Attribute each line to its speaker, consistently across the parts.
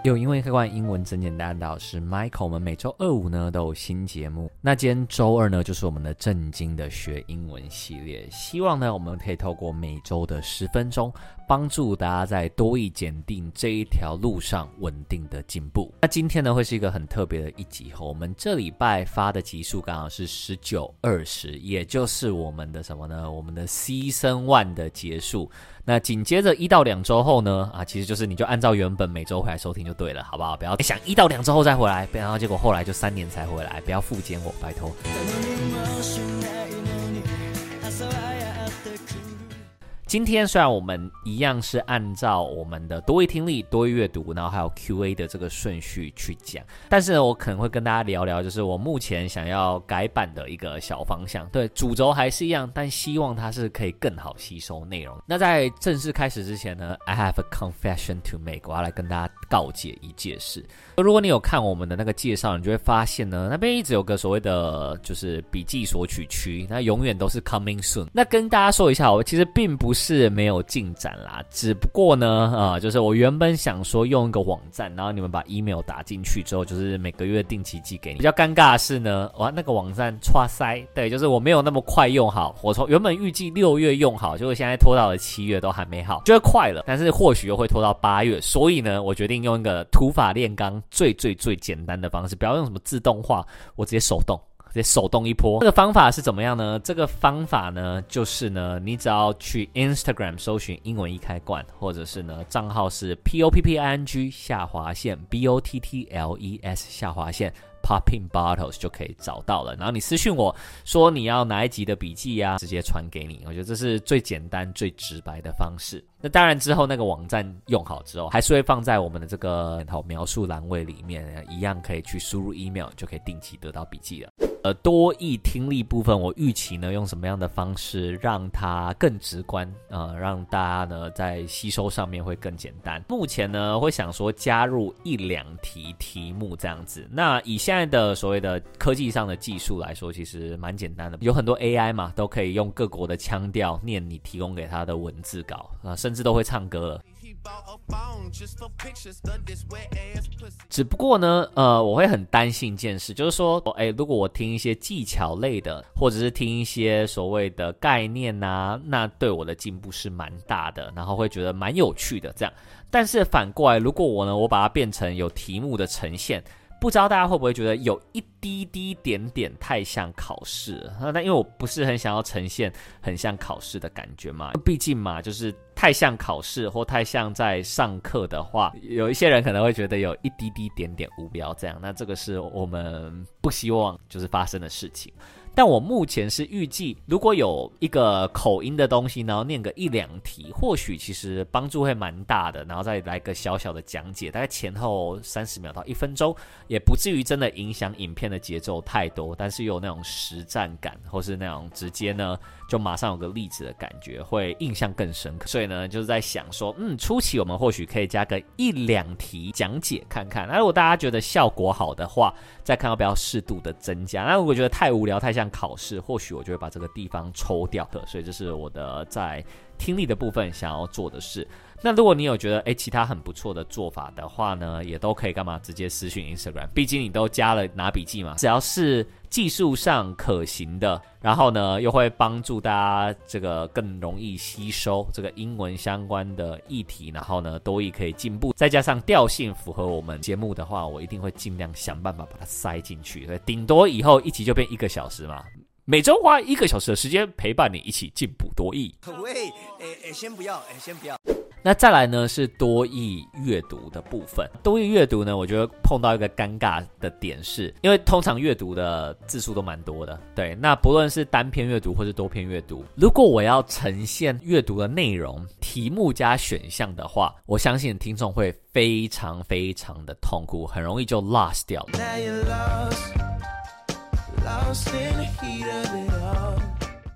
Speaker 1: 英文开罐英文真简单的老师 Michael， 我们每周2、5呢都有新节目。那今天周2呢就是我们的正经的学英文系列，希望呢我们可以透过每周的10分钟，帮助大家在多益检定这一条路上稳定的进步。那今天呢会是一个很特别的一集，我们这礼拜发的集数刚好是19、20，也就是我们的什么呢？我们的 Season 1的结束。那紧接着1到2周后呢，其实就是你就按照原本每周回来收听就对了，好不好？不要想1到2周后再回来，然后结果后来就3年才回来，不要复检我，拜托。今天虽然我们一样是按照我们的多益听力、多益阅读，然后还有 QA 的这个顺序去讲，但是呢，我可能会跟大家聊聊，就是我目前想要改版的一个小方向。对，主轴还是一样，但希望它是可以更好吸收内容。那在正式开始之前呢 ，I have a confession to make， 我要来跟大家告解一件事。如果你有看我们的那个介绍，你就会发现呢，那边一直有个所谓的就是笔记索取区，那永远都是 coming soon。那跟大家说一下，我其实并不是没有进展啦，只不过呢，就是我原本想说用一个网站，然后你们把 email 打进去之后，就是每个月定期寄给你。比较尴尬的是呢，那个网站唰塞，对，就是我没有那么快用好。我从原本预计6月用好，结果现在拖到了7月都还没好，就会快了，但是或许又会拖到8月。所以呢，我决定用一个土法炼钢最简单的方式，不要用什么自动化，我直接手动一波。这个方法是怎么样呢？这个方法呢，就是呢，你只要去 Instagram 搜寻英文一开罐，或者是呢账号是 POPPING_BOTTLES_ Popping Bottles 就可以找到了，然后你私讯我说你要哪一集的笔记啊，直接传给你。我觉得这是最简单最直白的方式。那当然之后那个网站用好之后，还是会放在我们的这个描述栏位里面，一样可以去输入 email 就可以定期得到笔记了。多益听力部分，我预期呢用什么样的方式让它更直观，让大家呢在吸收上面会更简单。目前呢会想说加入1-2题题目这样子。那以现在的所谓的科技上的技术来说，其实蛮简单的，有很多 AI 嘛，都可以用各国的腔调念你提供给他的文字稿，甚至都会唱歌了。只不过呢，我会很担心一件事，就是说，如果我听一些技巧类的，或者是听一些所谓的概念啊，那对我的进步是蛮大的，然后会觉得蛮有趣的这样。但是反过来，如果我把它变成有题目的呈现，不知道大家会不会觉得有一滴点太像考试了？但因为我不是很想要呈现很像考试的感觉嘛，毕竟嘛，就是太像考试或太像在上课的话，有一些人可能会觉得有一滴点无聊这样。那这个是我们不希望就是发生的事情。但我目前是预计，如果有一个口音的东西，然后念个1-2题，或许其实帮助会蛮大的，然后再来个小小的讲解，大概前后30秒到1分钟，也不至于真的影响影片的节奏太多，但是有那种实战感，或是那种直接呢就马上有个例子的感觉，会印象更深刻。所以呢就是在想说，初期我们或许可以加个1-2题讲解看看，那如果大家觉得效果好的话，再看要不要适度的增加。那如果觉得太无聊太像考试，或许我就会把这个地方抽掉的。所以这是我的在听力的部分想要做的事。那如果你有觉得其他很不错的做法的话呢，也都可以干嘛直接私讯 Instagram， 毕竟你都加了拿笔记嘛，只要是技术上可行的，然后呢又会帮助大家这个更容易吸收这个英文相关的议题，然后呢多益可以进步，再加上调性符合我们节目的话，我一定会尽量想办法把它塞进去，顶多以后一集就变1个小时嘛，每周花1个小时的时间陪伴你一起进步多益。
Speaker 2: 喂，先不要。
Speaker 1: 那再来呢是多益阅读的部分。多益阅读呢，我觉得碰到一个尴尬的点是，因为通常阅读的字数都蛮多的，对，那不论是单篇阅读或是多篇阅读，如果我要呈现阅读的内容、题目加选项的话，我相信听众会非常的痛苦，很容易就 lost 掉了。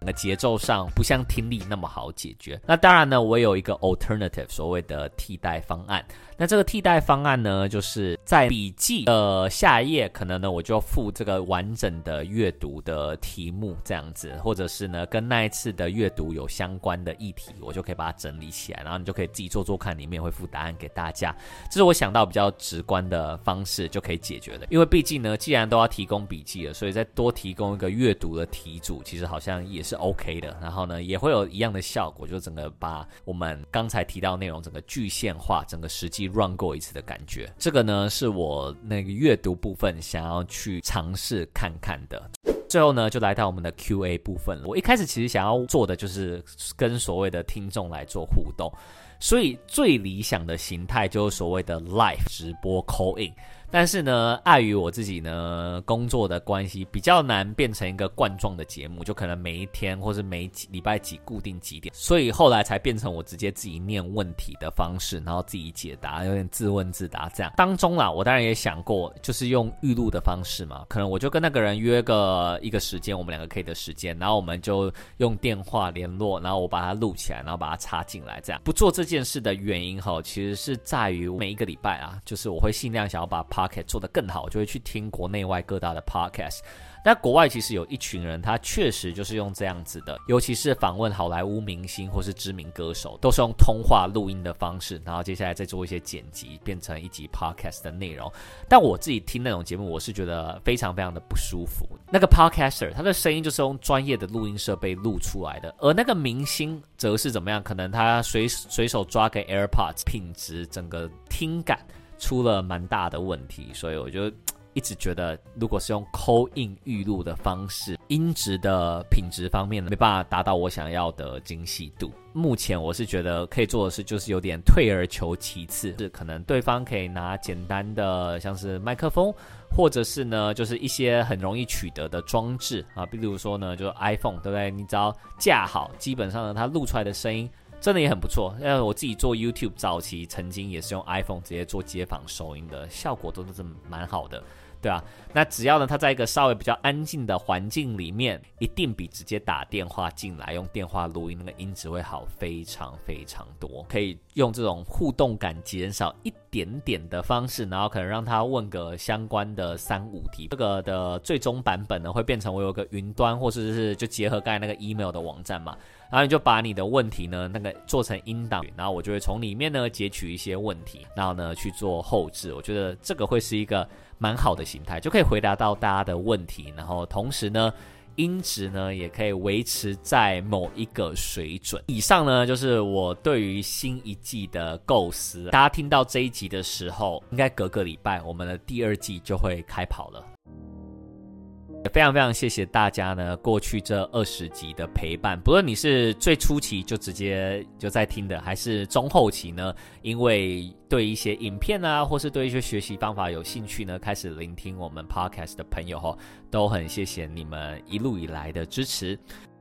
Speaker 1: 节奏上不像听力那么好解决。那当然呢，我有一个 alternative 所谓的替代方案。那这个替代方案呢，就是在笔记的下一页，可能呢我就附这个完整的阅读的题目这样子，或者是呢跟那一次的阅读有相关的议题，我就可以把它整理起来，然后你就可以自己做做看，里面会附答案给大家。这是我想到比较直观的方式就可以解决的。因为毕竟呢，既然都要提供笔记了，所以再多提供一个阅读的题组，其实好像也是 OK 的。然后呢，也会有一样的效果，就整个把我们刚才提到内容整个具现化，整个实际 run 过一次的感觉。这个呢是我那个阅读部分想要去尝试看看的。最后呢，就来到我们的 Q&A 部分了。我一开始其实想要做的就是跟所谓的听众来做互动，所以最理想的形态就是所谓的 live 直播 call in。但是呢，碍于我自己呢工作的关系，比较难变成一个冠状的节目，就可能每一天或是每礼拜几固定几点，所以后来才变成我直接自己念问题的方式，然后自己解答，有点自问自答这样。当中啦，我当然也想过，就是用预录的方式嘛，可能我就跟那个人约一个时间，我们两个可以的时间，然后我们就用电话联络，然后我把它录起来，然后把它插进来，这样。不做这件事的原因其实是在于每一个礼拜啊，就是我会尽量想要把podcast 做得更好，我就会去听国内外各大的 podcast。但国外其实有一群人，他确实就是用这样子的，尤其是访问好莱坞明星或是知名歌手，都是用通话录音的方式，然后接下来再做一些剪辑，变成一集 podcast 的内容。但我自己听那种节目，我是觉得非常非常的不舒服。那个 podcaster 他的声音就是用专业的录音设备录出来的，而那个明星则是怎么样？可能他随手抓个 AirPods， 品质整个听感出了蛮大的问题，所以我就一直觉得，如果是用 call in 预录的方式，音质的品质方面没办法达到我想要的精细度。目前我是觉得可以做的事就是有点退而求其次，是可能对方可以拿简单的像是麦克风，或者是呢就是一些很容易取得的装置啊，比如说呢就是 iPhone， 对不对？你只要架好，基本上呢它录出来的声音真的也很不错。我自己做 YouTube 早期曾经也是用 iPhone 直接做街访收音的，效果都是蛮好的，对啊。那只要呢它在一个稍微比较安静的环境里面，一定比直接打电话进来用电话录音那个音质会好非常非常多。可以用这种互动感减少一点点的方式，然后可能让他问个相关的3-5题。这个的最终版本呢会变成我有个云端，或者是就结合刚才那个 email 的网站嘛，然后你就把你的问题呢那个做成音档，然后我就会从里面呢截取一些问题，然后呢去做后制。我觉得这个会是一个蛮好的形态，就可以回答到大家的问题，然后同时呢音质呢也可以维持在某一个水准。以上呢就是我对于新一季的构思。大家听到这一集的时候，应该隔个礼拜我们的第2季就会开跑了。非常非常谢谢大家呢过去这20集的陪伴，不论你是最初期就直接就在听的，还是中后期呢因为对一些影片啊或是对一些学习方法有兴趣呢开始聆听我们 podcast 的朋友都很谢谢你们一路以来的支持。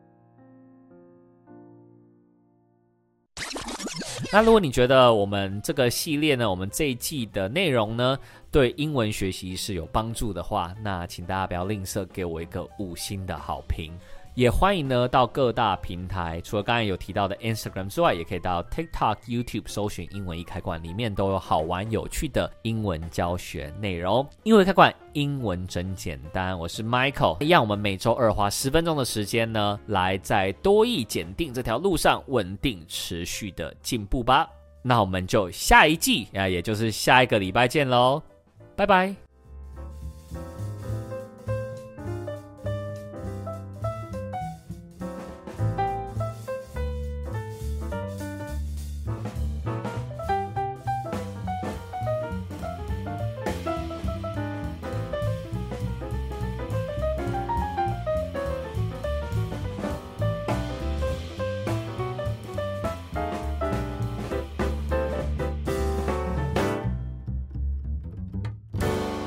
Speaker 1: 那如果你觉得我们这个系列呢，我们这一季的内容呢对英文学习是有帮助的话，那请大家不要吝啬给我一个5星的好评。也欢迎呢到各大平台，除了刚才有提到的 Instagram 之外，也可以到 TikTok、YouTube 搜寻英文一开罐，里面都有好玩有趣的英文教学内容。英文一开罐，英文真简单，我是 Michael。一样，我们每周2花10分钟的时间呢，来在多益检定这条路上稳定持续的进步吧。那我们就下一季也就是下一个礼拜见咯，拜拜。